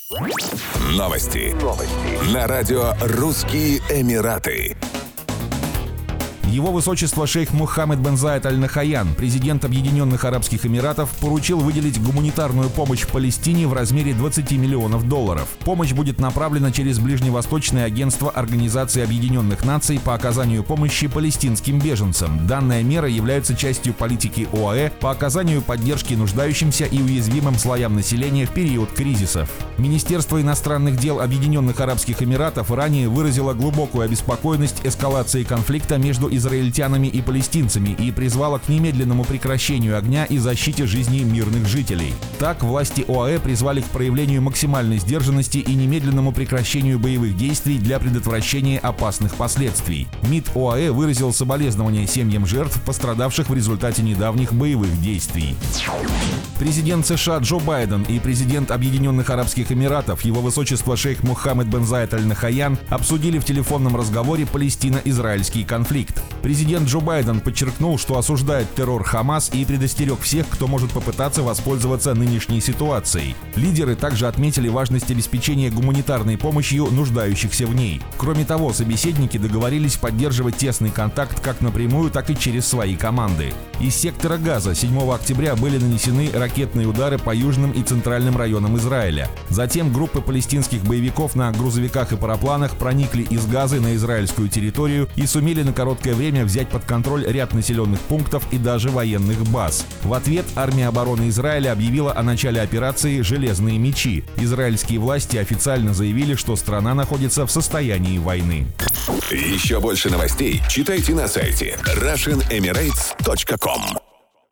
Новости. На радио «Русские Эмираты». Его высочество шейх Мухаммед бен Заид Аль Нахаян, президент Объединенных Арабских Эмиратов, поручил выделить гуманитарную помощь Палестине в размере $20 миллионов. Помощь будет направлена через Ближневосточное агентство Организации Объединенных Наций по оказанию помощи палестинским беженцам. Данная мера является частью политики ОАЭ по оказанию поддержки нуждающимся и уязвимым слоям населения в период кризисов. Министерство иностранных дел Объединенных Арабских Эмиратов ранее выразило глубокую обеспокоенность эскалацией конфликта между израильтянами и палестинцами и призвала к немедленному прекращению огня и защите жизни мирных жителей. Так, власти ОАЭ призвали к проявлению максимальной сдержанности и немедленному прекращению боевых действий для предотвращения опасных последствий. МИД ОАЭ выразил соболезнования семьям жертв, пострадавших в результате недавних боевых действий. Президент США Джо Байден и президент Объединенных Арабских Эмиратов, его высочество шейх Мухаммед бен Заид Аль Нахаян, обсудили в телефонном разговоре палестино-израильский конфликт. Президент Джо Байден подчеркнул, что осуждает террор Хамас и предостерег всех, кто может попытаться воспользоваться нынешней ситуацией. Лидеры также отметили важность обеспечения гуманитарной помощью нуждающихся в ней. Кроме того, собеседники договорились поддерживать тесный контакт как напрямую, так и через свои команды. Из сектора Газа 7 октября были нанесены ракетные удары по южным и центральным районам Израиля. Затем группы палестинских боевиков на грузовиках и парапланах проникли из Газы на израильскую территорию и сумели на короткое время взять под контроль ряд населенных пунктов и даже военных баз. В ответ армия обороны Израиля объявила о начале операции «Железные мечи». Израильские власти официально заявили, что страна находится в состоянии войны. Еще больше новостей читайте на сайте RussianEmirates.com.